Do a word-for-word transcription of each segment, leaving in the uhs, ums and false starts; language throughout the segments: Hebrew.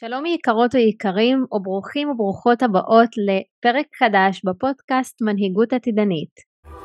שלום יקרות ויקרים, וברוכים וברוכות הבאות לפרק חדש בפודקאסט מנהיגות עתידנית.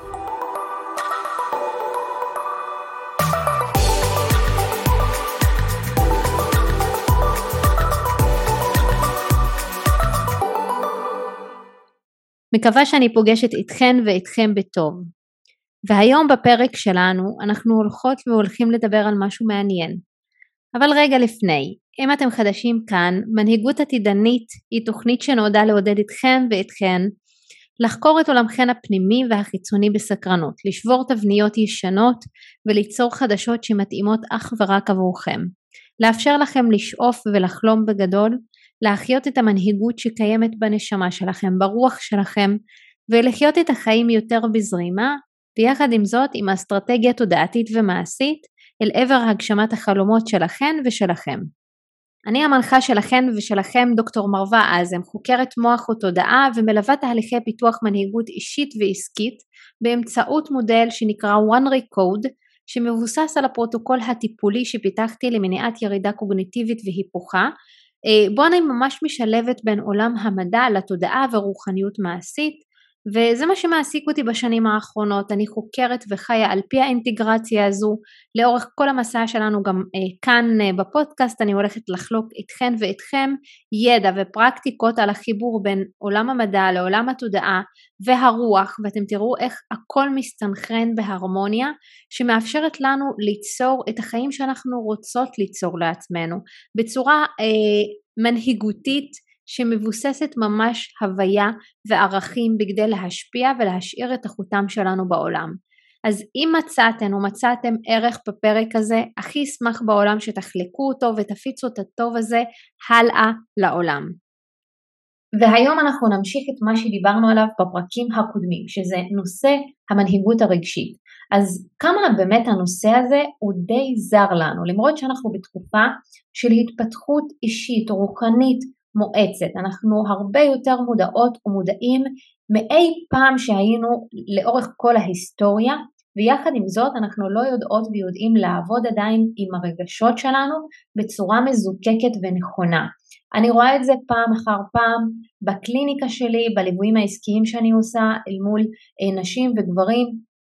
מקווה שאני פוגשת איתכן ואיתכם בטוב. והיום בפרק שלנו אנחנו הולכות והולכים לדבר על משהו מעניין. אבל רגע לפני, אם אתם חדשים כאן, מנהיגות עתידנית היא תוכנית שנועדה לעודד אתכם ואתכן לחקור את עולמכן הפנימי והחיצוני בסקרנות, לשבור תבניות ישנות וליצור חדשות שמתאימות אך ורק עבורכם, לאפשר לכם לשאוף ולחלום בגדול, להחיות את המנהיגות שקיימת בנשמה שלכם, ברוח שלכם, ולחיות את החיים יותר בזרימה, ויחד עם זאת עם אסטרטגיה תודעתית ומעשית אל עבר הגשמת החלומות שלכן ושלכם. אני המנחה שלכן ושלכם דוקטור מרווה אזם, חוקרת מוח ותודעה ומלווה תהליכי פיתוח מנהיגות אישית ועסקית באמצעות מודל שנקרא One Recode, שמבוסס על הפרוטוקול הטיפולי שפיתחתי למניעת ירידה קוגניטיבית והיפוכה, בו אני ממש משלבת בין עולם המדע לתודעה ורוחניות מעשית, וזה מה שמעסיק אותי בשנים האחרונות. אני חוקרת וחיה על פי האינטגרציה הזו לאורך כל המסע שלנו. גם אה, כאן אה, בפודקאסט אני הולכת לחלוק איתכן ואיתכם ידע ופרקטיקות על החיבור בין עולם המדע לעולם התודעה והרוח, ואתם תראו איך הכל מסתנכרן בהרמוניה שמאפשרת לנו ליצור את החיים שאנחנו רוצות ליצור לעצמנו בצורה אה, מנהיגותית שמבוססת ממש הוויה וערכים בכדי להשפיע ולהשאיר את החותם שלנו בעולם. אז אם מצאתם או מצאתם ערך בפרק הזה, הכי אשמח בעולם שתחלקו אותו ותפיצו את הטוב הזה הלאה לעולם. והיום אנחנו נמשיך את מה שדיברנו עליו בפרקים הקודמים, שזה נושא המנהיגות הרגשית. אז כמה באמת הנושא הזה הוא די זר לנו, למרות שאנחנו בתקופה של התפתחות אישית או רוחנית מואצת, אנחנו הרבה יותר מודעות ומודעים מאי פעם שהיינו לאורך כל ההיסטוריה, ויחד עם זאת אנחנו לא יודעות ויודעים לעבוד עדיין עם הרגשות שלנו בצורה מזוקקת ונכונה. אני רואה את זה פעם אחר פעם בקליניקה שלי, בליוויים העסקיים שאני עושה אל מול נשים וגברים,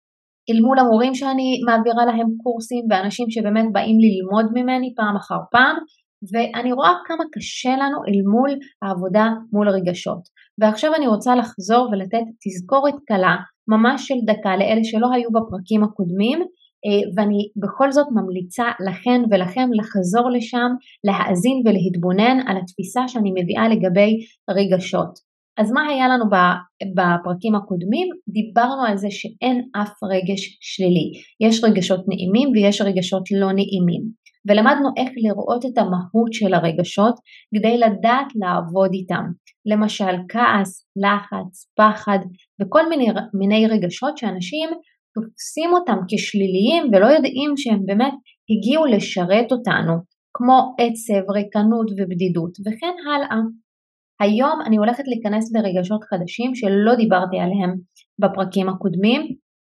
אל מול המורים שאני מעבירה להם קורסים ואנשים שבאמת באים ללמוד ממני פעם אחר פעם, ואני רואה כמה קשה לנו אל מול העבודה מול רגשות. ועכשיו אני רוצה לחזור ולתת תזכורת קלה ממש של דקה לאלה שלא היו בפרקים הקודמים, ואני בכל זאת ממליצה לכן ולכם לחזור לשם, להאזין ולהתבונן על התפיסה שאני מביאה לגבי רגשות. אז מה היה לנו בפרקים הקודמים? דיברנו על זה שאין אף רגש שלילי, יש רגשות נעימים ויש רגשות לא נעימים. ולמדנו איך לראות את המהות של הרגשות כדי לדעת לעבוד איתם. למשל כעס, לחץ, פחד וכל מיני, מיני רגשות שאנשים תופסים אותם כשליליים ולא יודעים שהם באמת הגיעו לשרת אותנו, כמו עצב, ריקנות ובדידות וכן הלאה. היום אני הולכת להיכנס לרגשות חדשים שלא דיברתי עליהם בפרקים הקודמים,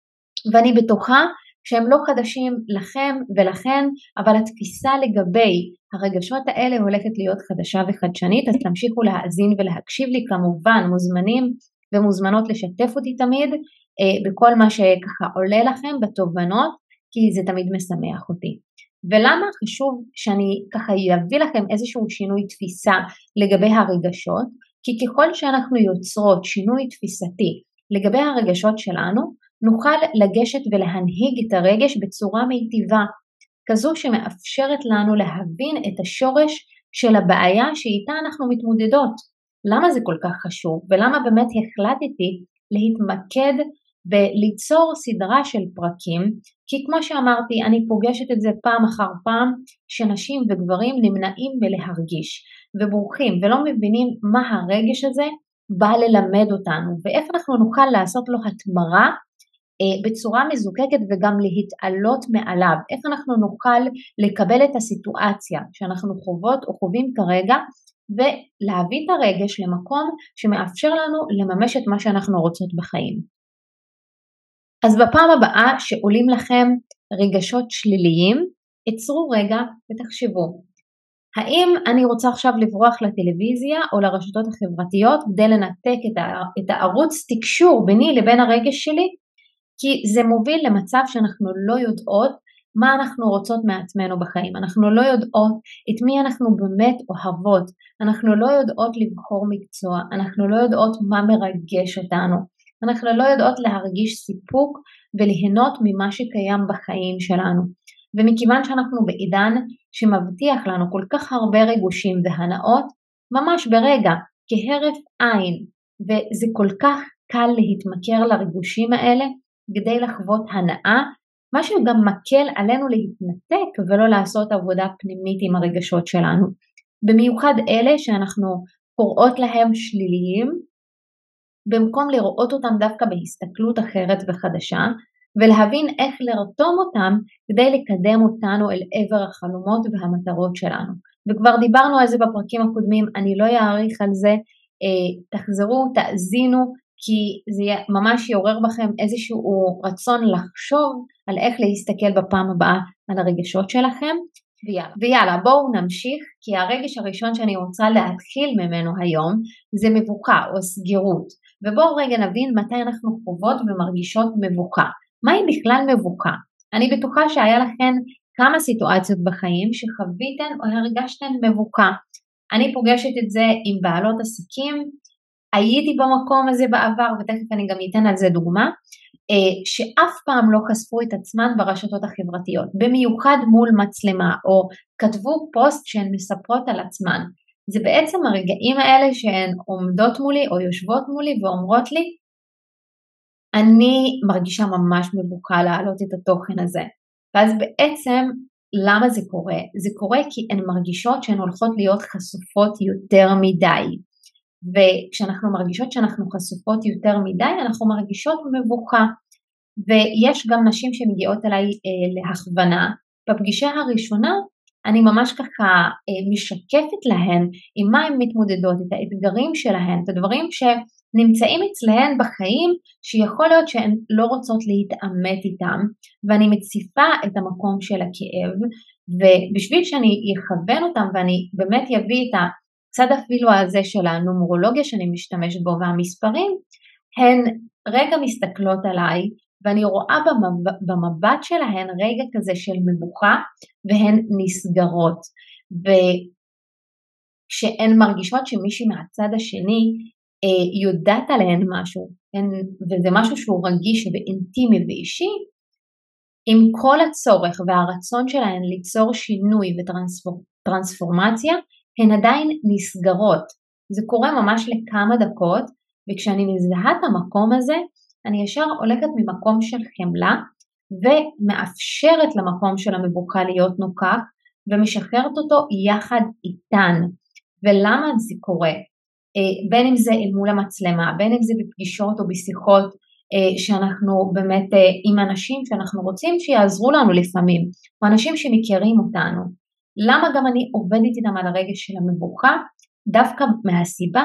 ואני בטוחה שהם לא חדשים לכם ולכן, אבל התפיסה לגבי הרגשות האלה הולכת להיות חדשה וחדשנית, אז תמשיכו להאזין ולהקשיב לי, כמובן מוזמנים ומוזמנות לשתף אותי תמיד אה, בכל מה שככה עולה לכם בתובנות, כי זה תמיד משמח אותי. ולמה חשוב שאני ככה אביא לכם איזשהו שינוי תפיסה לגבי הרגשות? כי ככל שאנחנו יוצרות שינוי תפיסתי לגבי הרגשות שלנו, נוכל לגשת ולהנהיג את הרגש בצורה מיטיבה, כזו שמאפשרת לנו להבין את השורש של הבעיה שאיתה אנחנו מתמודדות. למה זה כל כך חשוב? ולמה באמת החלטתי להתמקד בליצור סדרה של פרקים? כי כמו שאמרתי, אני פוגשת את זה פעם אחר פעם, שנשים וגברים נמנעים בלהרגיש ובורחים ולא מבינים מה הרגש הזה בא ללמד אותנו, ואיך אנחנו נוכל לעשות לו התמרה בצורה מזוקקת וגם להתעלות מעליו. איך אנחנו נוכל לקבל את הסיטואציה שאנחנו חוות או חווים כרגע ולהביא את הרגש למקום שמאפשר לנו לממש את מה שאנחנו רוצות בחיים. אז בפעם הבאה שעולים לכם רגשות שליליים, עצרו רגע ותחשבו, האם אני רוצה עכשיו לברוח לטלוויזיה או לרשתות החברתיות כדי לנתק את, ה, את הערוץ תקשור ביני לבין הרגש שלי? כי זה מוביל למצב שאנחנו לא יודעות מה אנחנו רוצות מעצמנו בחיים, אנחנו לא יודעות את מי אנחנו באמת אוהבות, אנחנו לא יודעות לבחור מקצוע, אנחנו לא יודעות מה מרגש אותנו, אנחנו לא יודעות להרגיש סיפוק וליהנות ממה שקיים בחיים שלנו. ומכיוון שאנחנו בעידן שמבטיח לנו כל כך הרבה ריגושים והנאות, ממש ברגע, כהרף עין, וזה כל כך קל להתמכר לריגושים האלה כדי לחוות הנאה, מה שגם מקל עלינו להתנתק ולא לעשות עבודה פנימית עם הרגשות שלנו. במיוחד אלה שאנחנו קוראות להם שליליים, במקום לראות אותם דווקא בהסתכלות אחרת וחדשה, ולהבין איך לרתום אותם כדי לקדם אותנו אל עבר החלומות והמטרות שלנו. וכבר דיברנו על זה בפרקים הקודמים, אני לא אאריך על זה, תחזרו, תאזינו, כי זה ממש יעורר בכם איזשהו רצון לחשוב על איך להסתכל בפעם הבאה על הרגשות שלכם. ויאללה, ויאללה בואו נמשיך, כי הרגש הראשון שאני רוצה להתחיל ממנו היום זה מבוקה או סגירות. ובואו רגע נבין מתי אנחנו חוות ומרגישות מבוקה. מהי בכלל מבוקה? אני בטוחה שהיה לכם כמה סיטואציות בחיים שחוויתן או הרגשתן מבוקה. אני פוגשת את זה עם בעלות עסקים, הייתי במקום הזה בעבר, ותכף אני גם אתן על זה דוגמה, שאף פעם לא חשפו את עצמן ברשתות החברתיות, במיוחד מול מצלמה, או כתבו פוסט שהן מספרות על עצמן. זה בעצם הרגעים האלה שהן עומדות מולי או יושבות מולי ואומרות לי, אני מרגישה ממש מבוקה להעלות את התוכן הזה. ואז בעצם למה זה קורה? זה קורה כי הן מרגישות שהן הולכות להיות חשופות יותר מדי. וכשאנחנו מרגישות שאנחנו חשופות יותר מדי, אנחנו מרגישות מבוקה. ויש גם נשים שמגיעות אליי אה, להכוונה. בפגישה הראשונה אני ממש ככה אה, משקפת להן עם מה הן מתמודדות, את האתגרים שלהן, את הדברים שנמצאים אצלהן בחיים, שיכול להיות שהן לא רוצות להתעמת איתם, ואני מציפה את המקום של הכאב, ובשביל שאני אכוון אותם ואני באמת יביא את הצד אפילו הזה של הנומרולוגיה שאני משתמשת בו והמספרים, הן רגע מסתכלות עליי, ואני רואה במבט שלהן רגע כזה של מבוכה, והן נסגרות. וכשהן מרגישות שמישהי מהצד השני אה, יודעת עליהן משהו, הן, וזה משהו שהוא רגיש ואינטימי ואישי, עם כל הצורך והרצון שלהן ליצור שינוי וטרנספורמציה, הן עדיין נסגרות. זה קורה ממש לכמה דקות, וכשאני מזהה את המקום הזה, אני ישר הולכת ממקום של חמלה, ומאפשרת למקום של המבוקה להיות נוכח, ומשחררת אותו יחד איתן. ולמה זה קורה? בין אם זה אל מול המצלמה, בין אם זה בפגישות או בשיחות, שאנחנו באמת עם אנשים שאנחנו רוצים שיעזרו לנו לפעמים, או אנשים שמכירים אותנו. למה גם אני עובדת איתם על הרגש של המבוקה? דווקא מהסיבה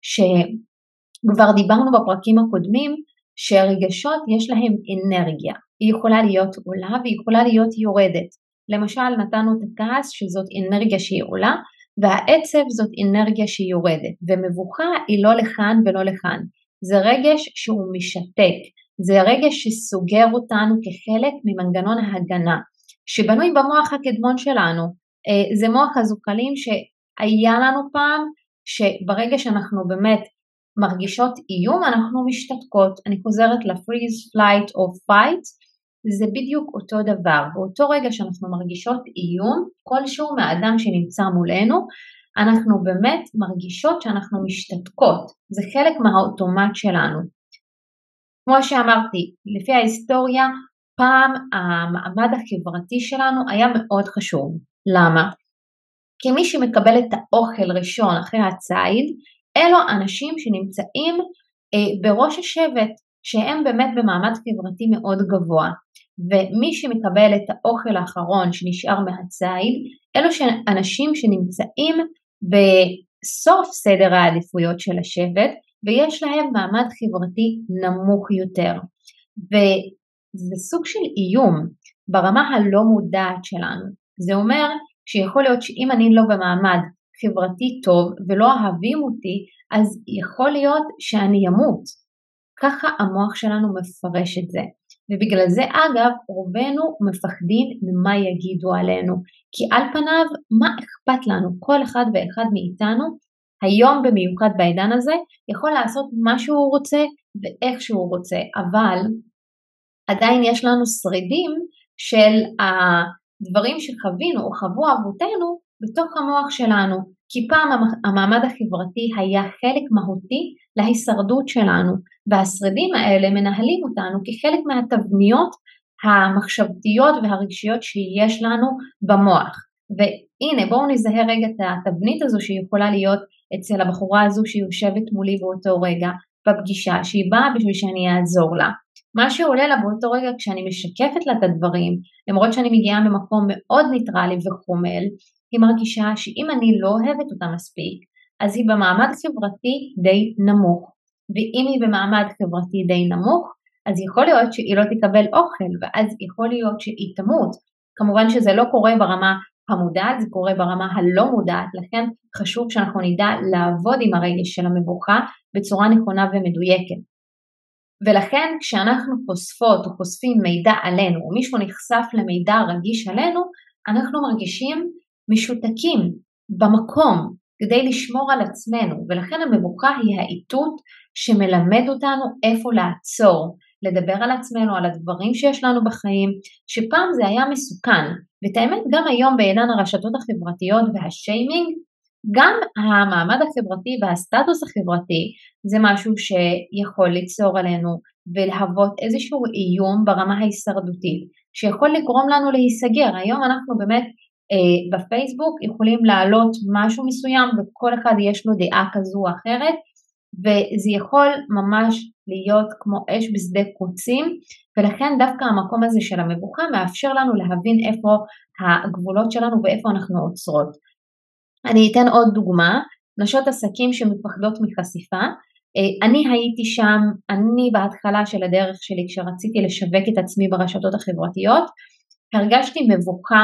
שכבר דיברנו בפרקים הקודמים, שהרגשות יש להם אנרגיה, היא יכולה להיות עולה והיא יכולה להיות יורדת. למשל נתנו את הכעס שזאת אנרגיה שהיא עולה, והעצב זאת אנרגיה שהיא יורדת, ומבוכה היא לא לכאן ולא לכאן. זה רגש שהוא משתק, זה רגש שסוגר אותנו כחלק ממנגנון ההגנה, שבנוי במוח הקדמון שלנו. זה מוח הזוקלים שהיה לנו פעם, שברגע שאנחנו באמת מרגישות איום, אנחנו משתתקות. אני חוזרת לפריז, פלייט או פייט, זה בדיוק אותו דבר. באותו רגע שאנחנו מרגישות איום, כלשהו מהאדם שנמצא מולנו, אנחנו באמת מרגישות שאנחנו משתתקות. זה חלק מהאוטומט שלנו. כמו שאמרתי, לפי ההיסטוריה, פעם המעמד החברתי שלנו היה מאוד חשוב. למה? כי מי שמקבל את האוכל ראשון אחרי הציד, אלו אנשים שנמצאים אה, בראש השבט, שהם באמת במעמד חברתי מאוד גבוה, ומי שמקבל את האוכל האחרון שנשאר מהציד, אלו אנשים שנמצאים בסוף סדר העדיפויות של השבט, ויש להם מעמד חברתי נמוך יותר, וזה סוג של איום ברמה הלא מודעת שלנו. זה אומר שיכול להיות שאם אני לא במעמד חברתי טוב ולא אוהבים אותי, אז יכול להיות שאני אמות. ככה המוח שלנו מפרש את זה. ובגלל זה אגב רובנו מפחדים ממה יגידו עלינו, כי על פניו מה אכפת לנו, כל אחד ואחד מאיתנו היום במיוחד בעידן הזה יכול לעשות מה שהוא רוצה ואיך שהוא רוצה, אבל עדיין יש לנו שרידים של הדברים שחווינו או חוו אבותינו בתוך המוח שלנו, כי פעם המעמד החברתי היה חלק מהותי להישרדות שלנו, והשרידים האלה מנהלים אותנו כחלק מהתבניות המחשבתיות והרגשיות שיש לנו במוח. והנה בואו נזהה רגע את התבנית הזו שיכולה להיות אצל הבחורה הזו שיושבת מולי באותו רגע בפגישה, שהיא באה בשביל שאני אעזור לה. מה שעולה לה באותו רגע כשאני משקפת לה את הדברים, למרות שאני מגיעה ממקום מאוד ניטרלי וחומל, היא מרגישה שאם אני לא אוהבת אותה מספיק, אז היא במעמד חברתי די נמוך. ואם היא במעמד חברתי די נמוך, אז יכול להיות שהיא לא תקבל אוכל, ואז יכול להיות שהיא תמות. כמובן שזה לא קורה ברמה המודעת, זה קורה ברמה הלא מודעת, לכן חשוב שאנחנו נדע לעבוד עם הרגש של המבוכה בצורה נכונה ומדויקת. ולכן כשאנחנו חושפות או חושפים מידע עלינו, או מישהו נחשף למידע רגיש עלינו, אנחנו מרגישים משותקים במקום כדי לשמור על עצמנו, ולכן המבוכה היא האיתות שמלמד אותנו איפה לעצור, לדבר על עצמנו, על הדברים שיש לנו בחיים, שפעם זה היה מסוכן, ואת האמת גם היום בעידן הרשתות החברתיות והשיימינג, גם המעמד החברתי והסטטוס החברתי זה משהו שיכול ליצור עלינו ולהוות איזשהו איום ברמה ההישרדותית, שיכול לגרום לנו להיסגר. היום אנחנו באמת אה, בפייסבוק יכולים להעלות משהו מסוים וכל אחד יש לו דעה כזו או אחרת, וזה יכול ממש להיות כמו אש בשדה קוצים, ולכן דווקא המקום הזה של המבוכה מאפשר לנו להבין איפה הגבולות שלנו ואיפה אנחנו עוצרות. אני אתן עוד דוגמה, נשות עסקים שמפחדות מחשיפה. אני הייתי שם, אני בהתחלה של הדרך שלי כשרציתי לשווק את עצמי ברשתות החברתיות, הרגשתי מבוכה,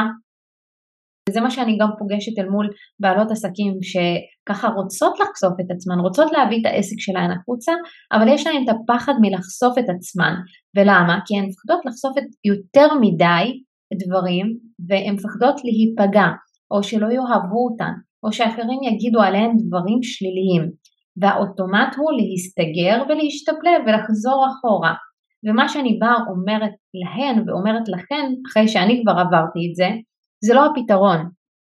וזה מה שאני גם פוגשת אל מול בעלות עסקים שככה רוצות לחשוף את עצמן, רוצות להביא את העסק שלהן החוצה, אבל יש להן את הפחד מלחשוף את עצמן. ולמה? כי הן מפחדות לחשוף את יותר מדי דברים, והן מפחדות להיפגע, או שלא יאהבו אותן, או שאחרים יגידו עליהן דברים שליליים. והאוטומט הוא להסתגר ולהשתפלב ולחזור אחורה. ומה שאני באה אומרת להן ואומרת לכן, אחרי שאני כבר עברתי את זה, זה לא הפתרון.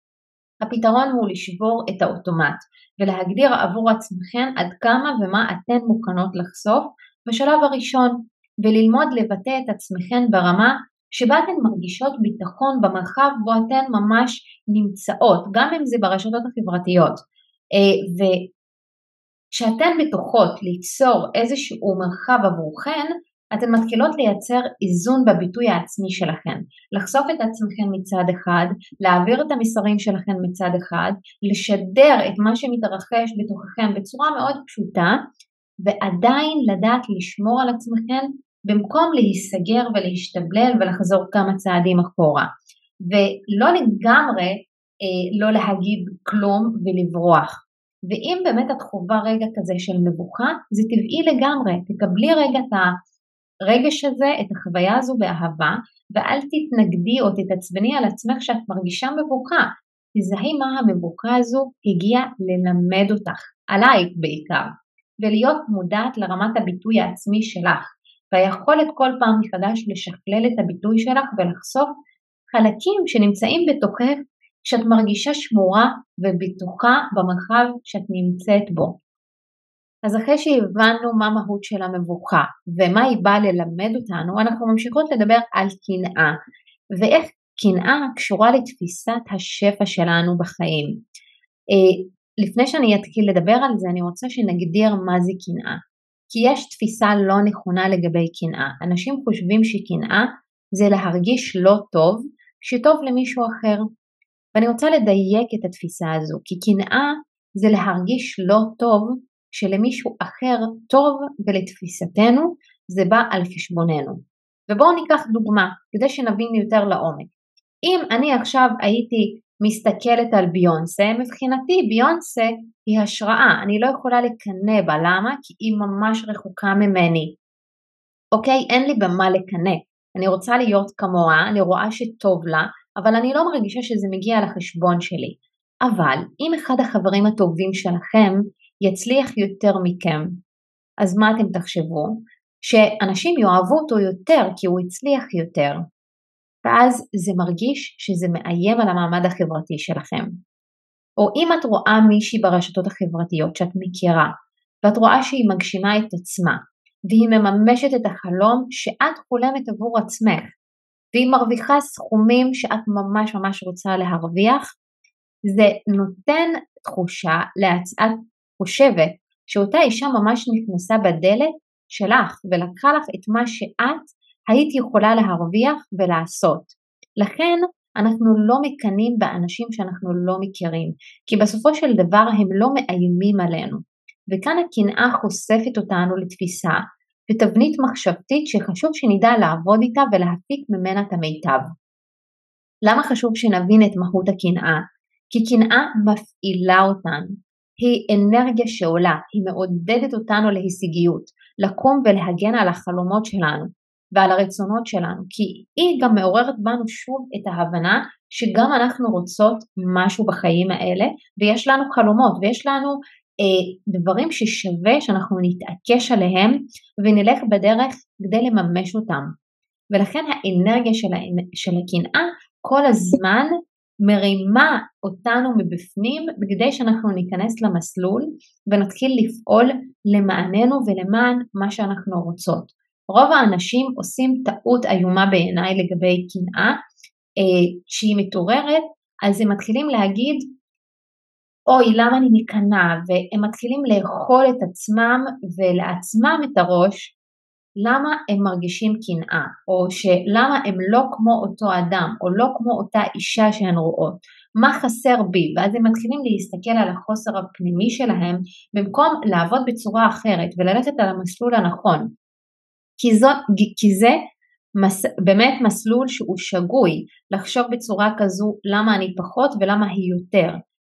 הפתרון הוא לשבור את האוטומט ולהגדיר עבור עצמכן עד כמה ומה אתן מוכנות לחשוף בשלב הראשון, וללמוד לבטא את עצמכן ברמה שבה אתן מרגישות ביטחון במרחב בו אתן ממש נמצאות, גם אם זה ברשתות החברתיות. וכשאתן בטוחות ליצור איזשהו מרחב עבורכן, אתן מתחילות לייצר איזון בביטוי העצמי שלכן, לחשוף את עצמכן מצד אחד, להעביר את המסרים שלכן מצד אחד, לשדר את מה שמתרחש בתוככם בצורה מאוד פשוטה, ועדיין לדעת לשמור על עצמכן במקום להיסגר ולהשתבלל ולחזור כמה צעדים אחורה, ולא לגמרי אה, לא להגיד כלום ולברוח. ואם באמת את חובה רגע כזה של מבוכה, זה טבעי לגמרי, תקבלי רגע את הרגש הזה, את החוויה הזו באהבה, ואל תתנגדי או תתעצבני על עצמך שאת מרגישה מבוכה. תזהי מה המבוכה הזו הגיעה ללמד אותך, עלייך בעיקר, ולהיות מודעת לרמת הביטוי העצמי שלך, והיכולת כל פעם מחדש לשכלל את הביטוי שלך ולחשוף חלקים שנמצאים בתוכך כשאת מרגישה שמורה ובטוחה במרחב שאת נמצאת בו. אז אחרי שהבנו מה מהות של המבוכה ומה היא באה ללמד אותנו, אנחנו ממשיכות לדבר על קנאה, ואיך קנאה קשורה לתפיסת השפע שלנו בחיים. לפני שאני אתחיל לדבר על זה, אני רוצה שנגדיר מה זה קנאה. כי יש תפיסה לא נכונה לגבי קנאה. אנשים חושבים שקנאה זה להרגיש לא טוב כשטוב למישהו אחר. ואני רוצה לדייק את התפיסה הזו, כי קנאה זה להרגיש לא טוב כשלמישהו אחר טוב, ולתפיסתנו זה בא על חשבוננו. ובואו ניקח דוגמה, כדי שנבין יותר לעומק. אם אני עכשיו הייתי מסתכלת על ביונסה, מבחינתי ביונסה היא השראה, אני לא יכולה לקנא בה, למה? כי היא ממש רחוקה ממני, אוקיי? אין לי במה לקנא, אני רוצה להיות כמוה, אני רואה שטוב לה, אבל אני לא מרגישה שזה מגיע לחשבון שלי. אבל אם אחד החברים הטובים שלכם יצליח יותר מכם, אז מה אתם תחשבו? שאנשים יאהבו אותו יותר כי הוא הצליח יותר, ואז זה מרגיש שזה מאיים על המעמד החברתי שלכם. או אם את רואה מישהי ברשתות החברתיות שאת מכירה, ואת רואה שהיא מגשימה את עצמה, והיא מממשת את החלום שאת חולמת עבור עצמך, והיא מרוויחה סכומים שאת ממש ממש רוצה להרוויח, זה נותן תחושה, את חושבת שאותה אישה ממש נכנסה בדלת שלך, ולקחה לך את מה שאת היית יכולה להרוויח ולעשות. לכן אנחנו לא מקנים באנשים שאנחנו לא מכירים, כי בסופו של דבר הם לא מאיימים עלינו. וכאן הקנאה חושפת אותנו לתפיסה ותבנית מחשבתית שחשוב שנדע לעבוד איתה ולהפיק ממנה את המיטב. למה חשוב שנבין את מהות הקנאה? כי קנאה מפעילה אותנו, היא אנרגיה שעולה, היא מעודדת אותנו להישגיות, לקום ולהגן על החלומות שלנו ועל הרצונות שלנו, כי היא גם מעוררת בנו שוב את ההבנה שגם אנחנו רוצות משהו בחיים האלה, ויש לנו חלומות ויש לנו אה, דברים ששווה שאנחנו נתעקש עליהם ונלך בדרך כדי לממש אותם. ולכן האנרגיה של, של הקנאה כל הזמן מרימה אותנו מבפנים בכדי שאנחנו ניכנס למסלול ונתחיל לפעול למעננו ולמען מה שאנחנו רוצות. רוב האנשים עושים טעות איומה בעיניי לגבי קנאה, שהיא מתעוררת, אז הם מתחילים להגיד, אוי למה אני ניכנע, והם מתחילים לאכול את עצמם ולעצמם את הראש, למה הם מרגישים קנאה, או שלמה הם לא כמו אותו אדם, או לא כמו אותה אישה שהן רואות, מה חסר בי, ואז הם מתחילים להסתכל על החוסר הפנימי שלהם, במקום לעבוד בצורה אחרת, וללכת על המסלול הנכון, כי, זאת, כי זה מס, באמת מסלול שהוא שגוי, לחשוב בצורה כזו, למה אני פחות ולמה היא יותר,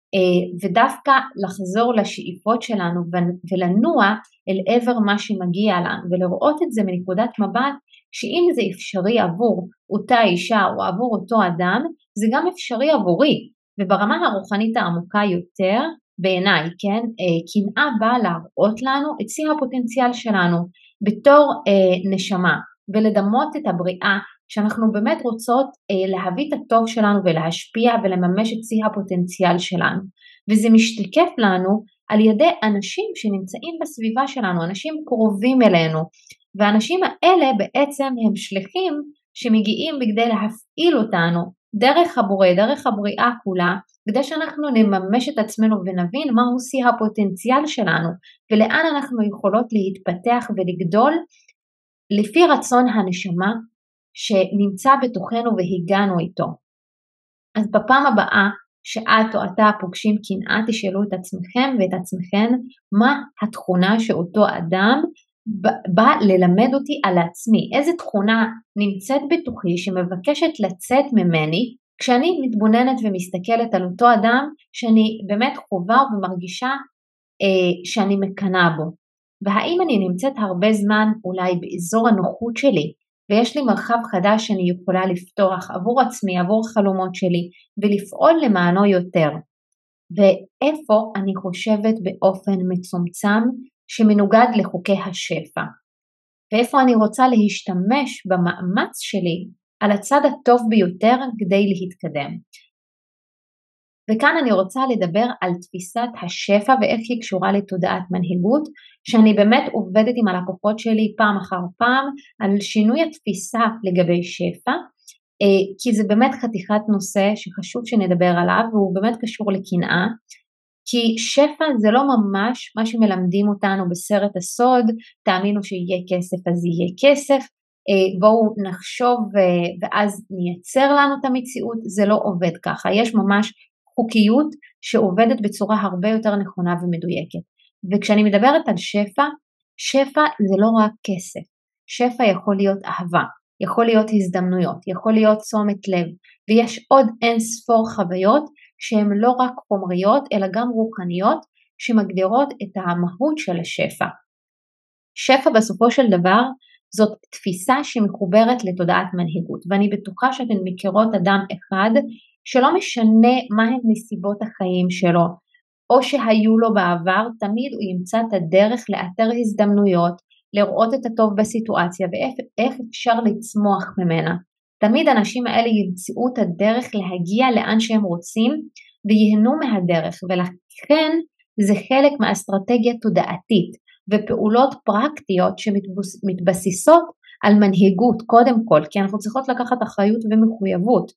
ודווקא לחזור לשאיפות שלנו ולנוע אל עבר מה שמגיע לנו ולראות את זה מנקודת מבט שאם זה אפשרי עבור אותה אישה או עבור אותו אדם זה גם אפשרי עבורי, וברמה הרוחנית העמוקה יותר בעיניי, כן, קנאה באה להראות לנו את שיא הפוטנציאל שלנו בתור אה, נשמה ולדמות את הבריאה שאנחנו באמת רוצות אה, להביא את הטוב שלנו ולהשפיע ולממש את שיא הפוטנציאל שלנו, וזה משתקף לנו על ידי אנשים שנמצאים בסביבה שלנו, אנשים קרובים אלינו, והאנשים האלה בעצם הם שליחים שמגיעים בכדי להפעיל אותנו דרך הבורא, דרך הבריאה כולה, כדי שאנחנו נממש את עצמנו ונבין מהו שיא הפוטנציאל שלנו ולאן אנחנו יכולות להתפתח ולגדול לפי רצון הנשמה שנמצא בתוכנו והגענו איתו. אז בפעם הבאה שאת או אתה פוגשים קנאה, תשאלו את עצמכם ואת עצמכם מה התכונה שאותו אדם בא ללמד אותי על עצמי, איזה תכונה נמצאת בתוכי שמבקשת לצאת ממני כשאני מתבוננת ומסתכלת על אותו אדם שאני באמת חובה ומרגישה אה, שאני מקנאה בו, והאם אני נמצאת הרבה זמן אולי באזור הנוחות שלי ויש לי מרחב חדש שאני יכולה לפתוח עבור עצמי, עבור חלומות שלי, ולפעול למענו יותר. ואיפה אני חושבת באופן מצומצם שמנוגד לחוקי השפע. ואיפה אני רוצה להשתמש במאמץ שלי על הצד הטוב ביותר כדי להתקדם. וכאן אני רוצה לדבר על תפיסת השפע ואיך היא קשורה לתודעת מנהיגות, שאני באמת עובדת עם הלקוחות שלי פעם אחר פעם על שינוי התפיסה לגבי שפע, כי זה באמת חתיכת נושא שחשוב שנדבר עליו, והוא באמת קשור לקנאה, כי שפע זה לא ממש מה שמלמדים אותנו בסרט הסוד, תאמינו שיהיה כסף אז יהיה כסף, בואו נחשוב ואז נייצר לנו את המציאות, זה לא עובד ככה, יש ממש חוקיות שעובדת בצורה הרבה יותר נכונה ומדויקת. וכשאני מדברת על שפע, שפע זה לא רק כסף, שפע יכול להיות אהבה, יכול להיות הזדמנויות, יכול להיות תשומת לב, ויש עוד אין ספור חוויות שהן לא רק חומריות אלא גם רוחניות שמגדירות את המהות של השפע. שפע בסופו של דבר זאת תפיסה שמחוברת לתודעת מנהיגות, ואני בטוחה שאתן מכירות אדם אחד שלא משנה מה הן נסיבות החיים שלו, או שהיו לו בעבר, תמיד הוא ימצא את הדרך לאתר הזדמנויות, לראות את הטוב בסיטואציה ואיך אפשר לצמוח ממנה. תמיד האנשים האלה ימצאו את הדרך להגיע לאן שהם רוצים ויהנו מהדרך, ולכן זה חלק מהאסטרטגיה תודעתית ופעולות פרקטיות שמתבסיסות על מנהיגות קודם כל, כי אנחנו צריכות לקחת אחריות ומחויבות,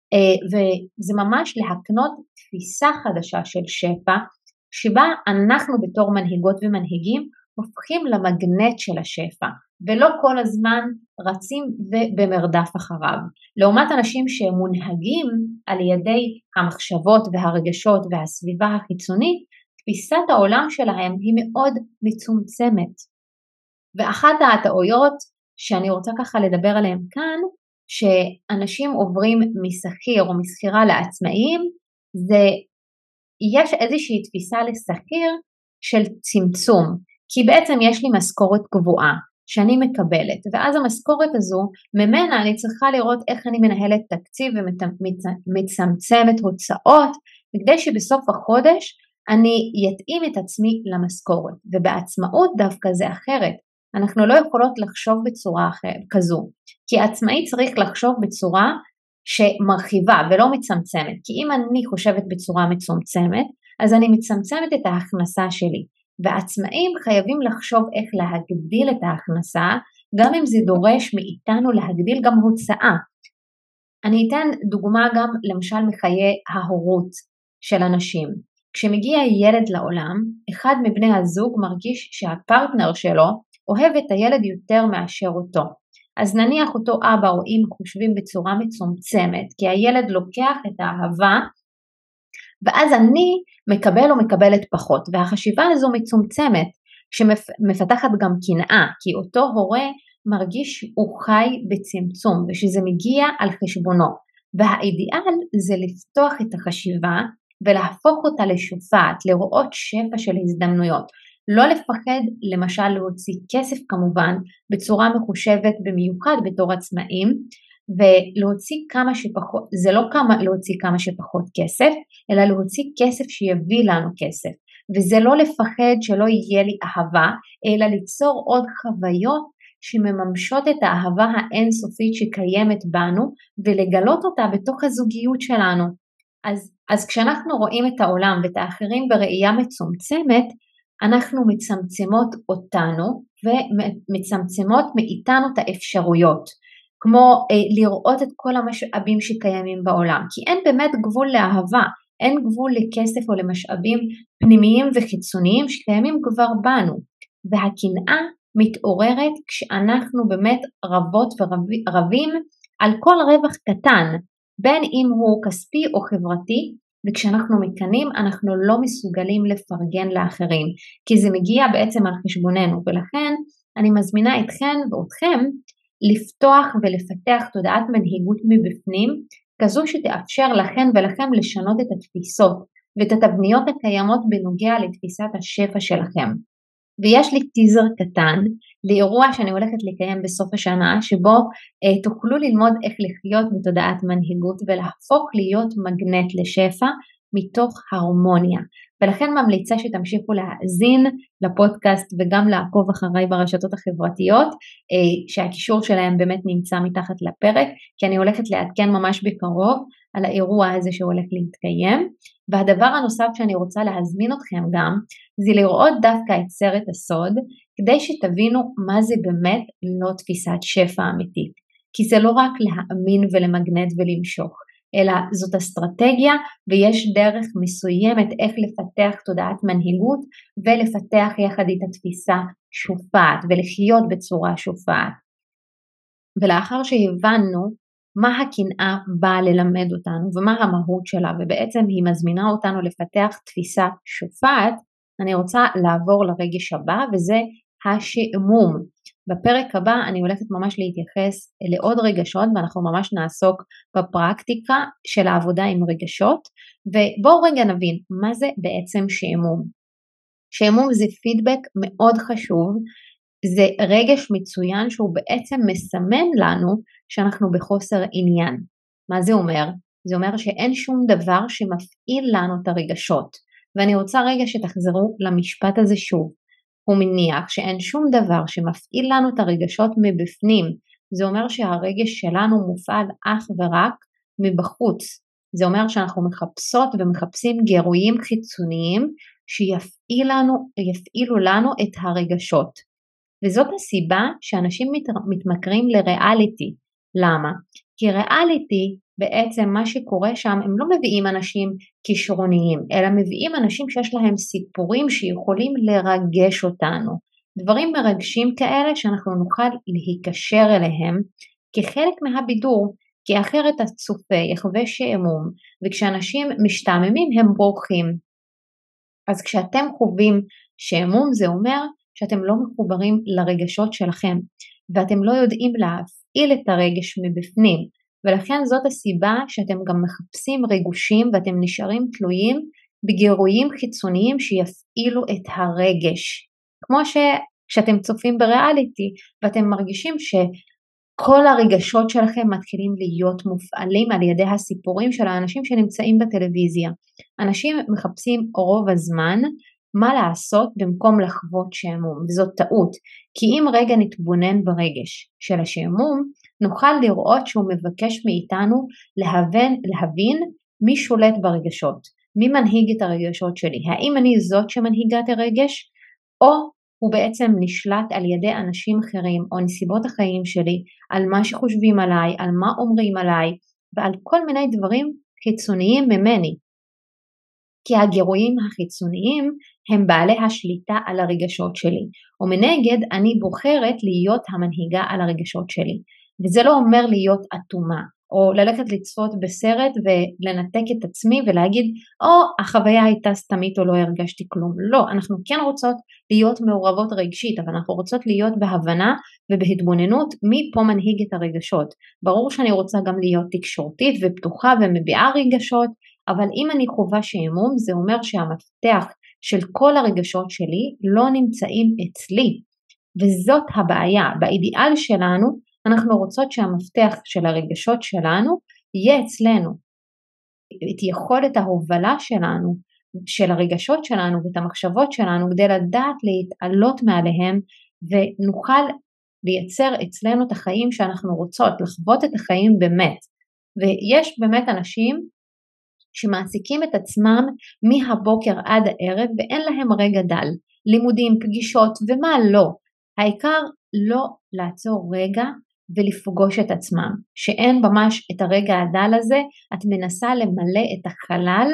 וזה ממש להקנות תפיסה חדשה של שפע, שבה אנחנו בתור מנהיגות ומנהיגים הופכים למגנט של השפע, ולא כל הזמן רצים במרדף אחריו. לעומת אנשים שמונהגים על ידי המחשבות והרגשות והסביבה החיצונית, תפיסת העולם שלהם היא מאוד מצומצמת. ואחת הטעויות שאני רוצה ככה לדבר עליהם כאן, שאנשים עוברים משכיר או משכירה לעצמאים, זה יש איזושהי תפיסה לשכיר של צמצום, כי בעצם יש לי משכורת קבועה שאני מקבלת, ואז המשכורת הזו, ממנה אני צריכה לראות איך אני מנהלת תקציב ומצמצמת הוצאות, כדי שבסוף החודש אני יתאים את עצמי למשכורת, ובעצמאות דווקא זה אחרת, אנחנו לא יכולות לחשוב בצורה אחרת, כזו, כי עצמאי צריך לחשוב בצורה שמרחיבה ולא מצמצמת, כי אם אני חושבת בצורה מצומצמת, אז אני מצמצמת את ההכנסה שלי, ועצמאים חייבים לחשוב איך להגדיל את ההכנסה, גם אם זה דורש מאיתנו להגדיל גם הוצאה. אני אתן דוגמה גם למשל מחיי ההורות של אנשים. כשמגיע ילד לעולם, אחד מבני הזוג מרגיש שהפרטנר שלו אוהב את הילד יותר מאשר אותו. אז נניח אותו אבא או אמא חושבים בצורה מצומצמת, כי הילד לוקח את האהבה, ואז אני מקבל או מקבלת פחות, והחשיבה הזו מצומצמת, שמפתחת גם קנאה, כי אותו הורה מרגיש שהוא חי בצמצום, ושזה מגיע על חשבונו, והאידיאל זה לפתוח את החשיבה, ולהפוך אותה לשופעת, לראות שפע של הזדמנויות, לא לפחד למשל להוציא כסף כמובן, בצורה מחושבת במיוחד בתור עצמאים, ולהוציא כמה שפחות, זה לא כמה להוציא כמה שפחות כסף, אלא להוציא כסף שיביא לנו כסף, וזה לא לפחד שלא יהיה לי אהבה, אלא ליצור עוד חוויות שמממשות את האהבה האינסופית שקיימת בנו, ולגלות אותה בתוך הזוגיות שלנו. אז, אז כשאנחנו רואים את העולם ואת האחרים בראייה מצומצמת, אנחנו מצמצמות אותנו ומצמצמות מאיתנו את האפשרויות, כמו אה, לראות את כל המשאבים שקיימים בעולם, כי אין באמת גבול לאהבה, אין גבול לכסף או למשאבים פנימיים וחיצוניים שקיימים כבר בנו, והקנאה מתעוררת כשאנחנו באמת רבות ורבים על כל רווח קטן, בין אם הוא כספי או חברתי, וכשאנחנו מקנים אנחנו לא מסוגלים לפרגן לאחרים, כי זה מגיע בעצם על חשבוננו, ולכן אני מזמינה אתכן ואתכם לפתוח ולפתח תודעת מנהיגות מבפנים, כזו שתאפשר לכן ולכם לשנות את התפיסות ואת התבניות הקיימות בנוגע לתפיסת השפע שלכם. ויש לי טיזר קטן לאירוע שאני הולכת לקיים בסוף השנה, שבו אה, תוכלו ללמוד איך לחיות בתודעת מנהיגות ולהפוך להיות מגנט לשפע מתוך הרמוניה. ולכן ממליצה שתמשיכו להאזין לפודקאסט וגם לעקוב אחריי ברשתות החברתיות, אה, שהקישור שלהם באמת נמצא מתחת לפרק, כי אני הולכת לעדכן ממש בקרוב על האירוע הזה שהולך להתקיים. והדבר הנוסף שאני רוצה להזמין אתכם גם, זה לראות דווקא את סרט הסוד, כדי שתבינו מה זה באמת לא תפיסת שפע אמיתית. כי זה לא רק להאמין ולמגנט ולמשוך, אלא זאת אסטרטגיה ויש דרך מסוימת איך לפתח תודעת מנהיגות, ולפתח יחד את התפיסה שופעת, ולחיות בצורה שופעת. ולאחר שהבנו מה הקנאה באה ללמד אותנו ומה המהות שלה, ובעצם היא מזמינה אותנו לפתח תפיסה שופעת, אני רוצה לעבור לרגש הבא, וזה השעמום. בפרק הבא אני הולכת ממש להתייחס לעוד רגשות, ואנחנו ממש נעסוק בפרקטיקה של העבודה עם רגשות, ובואו רגע נבין מה זה בעצם שעמום. שעמום זה פידבק מאוד חשוב, זה רגש מצוין שהוא בעצם מסמן לנו שאנחנו בחוסר עניין. מה זה אומר? זה אומר שאין שום דבר שמפעיל לנו את הרגשות, ואני רוצה רגע שתחזרו למשפט הזה שוב. הוא מניח שאין שום דבר שמפעיל לנו את הרגשות מבפנים, זה אומר שהרגש שלנו מופעל אך ורק מבחוץ, זה אומר שאנחנו מחפשות ומחפשים גירויים חיצוניים שיפעילו לנו, יפעילו לנו את הרגשות, וזאת הסיבה שאנשים מת, מתמכרים לריאליטי. למה? כי ריאליטי בעצם מה שקורה שם, הם לא מביאים אנשים כישרוניים, אלא מביאים אנשים שיש להם סיפורים שיכולים לרגש אותנו, דברים מרגשים כאלה שאנחנו נוכל להיקשר אליהם כחלק מהבידור, כי אחרת הצופה יחווה שעמום, וכשאנשים משתעממים הם בורחים. אז כשאתם חווים שעמום זה אומר שאתם לא מחוברים לרגשות שלכם, ואתם לא יודעים להפעיל את הרגש מבפנים, ולכן זאת הסיבה שאתם גם מחפשים רגושים ואתם נשארים תלויים בגירויים חיצוניים שיפעילו את הרגש. כמו שכשאתם צופים בריאליטי ואתם מרגישים שכל הרגשות שלכם מתחילים להיות מופעלים על ידי הסיפורים של האנשים שנמצאים בטלוויזיה. אנשים מחפשים רוב הזמן מה לעשות במקום לחוות שעמום, וזאת טעות, כי אם רגע נתבונן ברגש של השעמום, נוכל לראות שהוא מבקש מאיתנו להבין, להבין מי שולט ברגשות, מי מנהיג את הרגשות שלי, האם אני זאת שמנהיגה את הרגש, או הוא בעצם נשלט על ידי אנשים אחרים, או נסיבות החיים שלי, על מה שחושבים עליי, על מה אומרים עליי, ועל כל מיני דברים חיצוניים ממני. כי הגירויים החיצוניים הם בעלי השליטה על הרגשות שלי, ומנגד אני בוחרת להיות המנהיגה על הרגשות שלי, וזה לא אומר להיות אטומה, או ללכת לצפות בסרט ולנתק את עצמי ולהגיד, או החוויה הייתה סתמית או לא הרגשתי כלום. לא, אנחנו כן רוצות להיות מעורבות רגשית, אבל אנחנו רוצות להיות בהבנה ובהתבוננות מי פה מנהיג את הרגשות. ברור שאני רוצה גם להיות תקשורתית ופתוחה ומביעה רגשות, אבל אם אני חווה שעמום זה אומר שהמפתח של כל הרגשות שלי לא נמצאים אצלי, וזאת הבעיה. באידיאל שלנו אנחנו רוצות שהמפתח של הרגשות שלנו יהיה אצלנו, את יכולת ההובלה שלנו, של הרגשות שלנו ואת המחשבות שלנו, כדי לדעת להתעלות מעליהם ונוכל לייצר אצלנו את החיים שאנחנו רוצות, לחוות את החיים באמת. ויש באמת אנשים שמעסיקים את עצמם מהבוקר עד הערב ואין להם רגע דל, לימודים, פגישות ומה לא. העיקר לא לעצור רגע ולפגוש את עצמם, שאין ממש את הרגע הדל הזה, את מנסה למלא את החלל,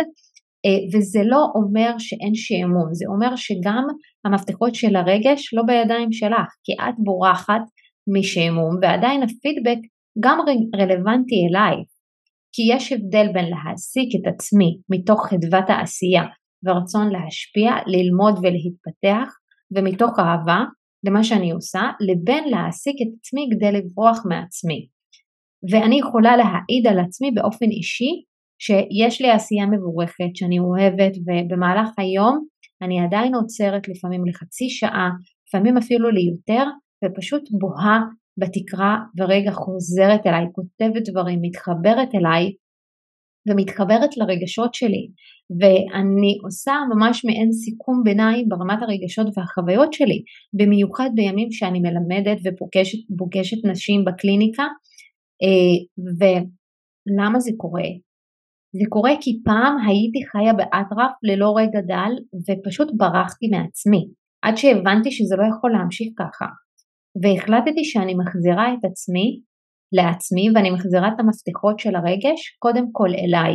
וזה לא אומר שאין שעמום, זה אומר שגם המפתחות של הרגש לא בידיים שלך, כי את בורחת משעמום, ועדיין הפידבק גם רלוונטי אליי, כי יש הבדל בין להעסיק את עצמי מתוך חדוות העשייה ורצון להשפיע, ללמוד ולהתפתח, ומתוך אהבה למה שאני עושה, לבין להעסיק את עצמי כדי לברוח מעצמי. ואני יכולה להעיד על עצמי באופן אישי, שיש לי עשייה מבורכת שאני אוהבת, ובמהלך היום אני עדיין עוצרת לפעמים לחצי שעה, לפעמים אפילו ליותר, ופשוט בוהה בתקרה ורגע חוזרת אליי, כותבת דברים, מתחברת אליי, ומתחברת לרגשות שלי, ואני עושה ממש מעין סיכום ביניים ברמת הרגשות והחוויות שלי, במיוחד בימים שאני מלמדת ופוגשת נשים בקליניקה. ולמה זה קורה? זה קורה כי פעם הייתי חיה באטרף ללא רגע דל, ופשוט ברחתי מעצמי, עד שהבנתי שזה לא יכול להמשיך ככה, והחלטתי שאני מחזירה את עצמי לעצמי, ואני מחזירה את המפתחות של הרגש קודם כל אליי,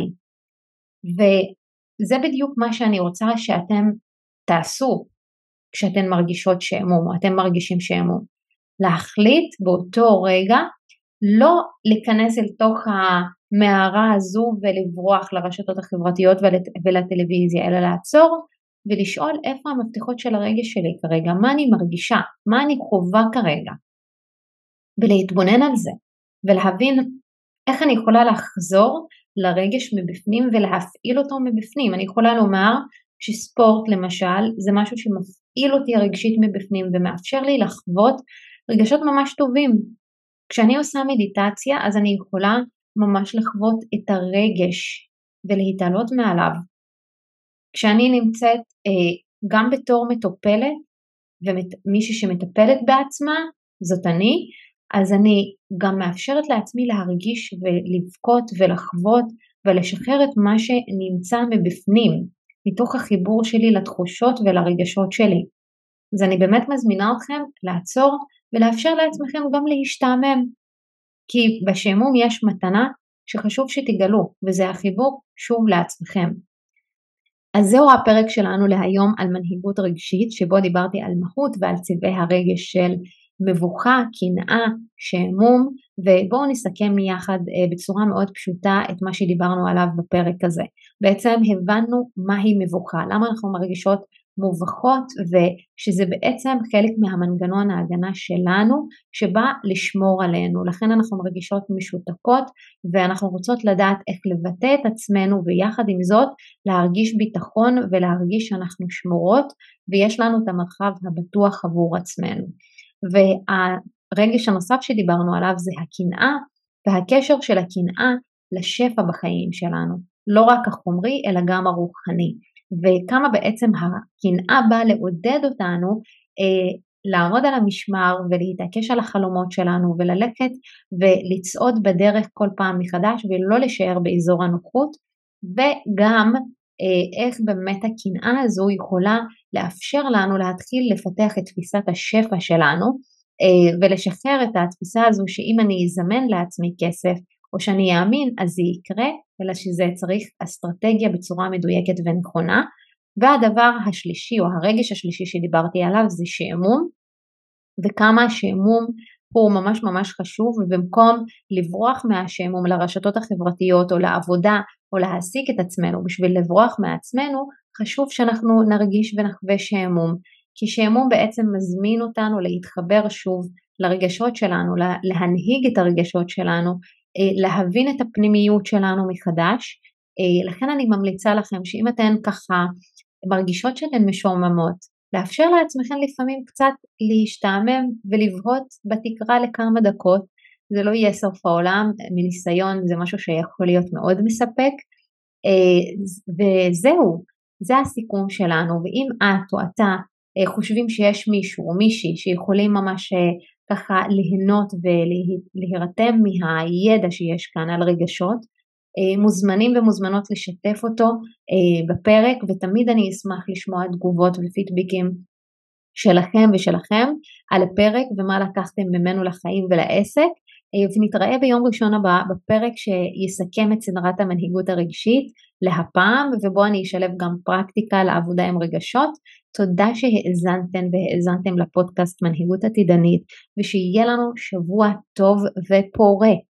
וזה בדיוק מה שאני רוצה שאתם תעשו כשאתם מרגישות שעמום, או אתם מרגישים שעמום, להחליט באותו רגע לא להיכנס אל תוך המערה הזו ולברוח לרשתות החברתיות ולטלוויזיה, אלא לעצור ולשאול איפה המפתחות של הרגש שלי כרגע, מה אני מרגישה, מה אני חווה כרגע, ולהתבונן על זה, ולהבין איך אני יכולה לחזור לרגש מבפנים ולהפעיל אותו מבפנים. אני יכולה לומר שספורט למשל זה משהו שמפעיל אותי רגשית מבפנים ומאפשר לי לחוות רגשות ממש טובים. כשאני עושה מדיטציה אז אני יכולה ממש לחוות את הרגש ולהתעלות מעליו. כשאני נמצאת אה, גם בתור מטופלת ומישהי שמטפלת בעצמה, זאת אני, אז אני גם מאפשרת לעצמי להרגיש ולבכות ולחוות ולשחרר את מה שנמצא מבפנים, מתוך החיבור שלי לתחושות ולרגשות שלי. אז אני באמת מזמינה אתכם לעצור ולאפשר לעצמכם גם להשתעמם, כי בשעמום יש מתנה שחשוב שתגלו, וזה החיבור שוב לעצמכם. אז זהו הפרק שלנו להיום על מנהיגות רגשית, שבו דיברתי על מהות ועל צבעי הרגש של מבוכה, קנאה, שעמום, ובואו נסכם יחד בצורה מאוד פשוטה את מה שדיברנו עליו בפרק הזה. בעצם הבנו מהי מבוכה, למה אנחנו מרגישות מובכות, ושזה בעצם חלק מהמנגנון ההגנה שלנו שבא לשמור עלינו. לכן אנחנו מרגישות משותקות ואנחנו רוצות לדעת איך לבטא את עצמנו, ויחד עם זאת להרגיש ביטחון ולהרגיש שאנחנו שמורות ויש לנו את המרחב הבטוח עבור עצמנו. והרגש הנוסף שדיברנו עליו זה הקנאה, והקשר של הקנאה לשפע בחיים שלנו, לא רק החומרי אלא גם הרוחני, וכמה בעצם הקנאה באה לעודד אותנו אה, לעמוד על המשמר ולהתעקש על החלומות שלנו וללכת ולצעוד בדרך כל פעם מחדש ולא להישאר באזור הנוחות, וגם אה, איך באמת הקנאה הזו יכולה לאפשר לנו להתחיל לפתח את תפיסת השפע שלנו אה, ולשחרר את התפיסה הזו שאם אני אזמן לעצמי כסף או שאני אאמין אז זה יקרה, אלא שזה צריך אסטרטגיה בצורה מדויקת ונכונה. והדבר השלישי או הרגש השלישי שדיברתי עליו זה שעמום, וכמה השעמום הוא ממש ממש חשוב, ובמקום לברוח מהשעמום לרשתות החברתיות או לעבודה או להעסיק את עצמנו בשביל לברוח מעצמנו, חשוב שאנחנו נרגיש ונחווה שעמום, כי שעמום בעצם מזמין אותנו להתחבר שוב לרגשות שלנו, להנהיג את הרגשות שלנו, להבין את הפנימיות שלנו מחדש. לכן אני ממליצה לכם שאם אתן ככה מרגישות שאתן משועממות, לאפשר לעצמכם לפעמים קצת להשתעמם ולבהות בתקרה לכמה דקות, זה לא יהיה סוף העולם, מניסיון זה משהו שיכול להיות מאוד מספק, וזהו, זה הסיכום שלנו. ואם את או אתה חושבים שיש מישהו או מישהי שיכולים ממש ככה ליהנות ולהירתם מהידע שיש כאן על רגשות, מוזמנים ומוזמנות לשתף אותו בפרק, ותמיד אני אשמח לשמוע תגובות ופידבקים שלכם ושלכם על הפרק ומה לקחתם ממנו לחיים ולעסק, ונתראה ביום ראשון הבא בפרק שיסכם את סדרת המנהיגות הרגשית להפעם, ובו אני אשלב גם פרקטיקה לעבודה עם רגשות. תודה שהאזנתם והאזנתם לפודקאסט מנהיגות עתידנית, ושיהיה לנו שבוע טוב ופורה.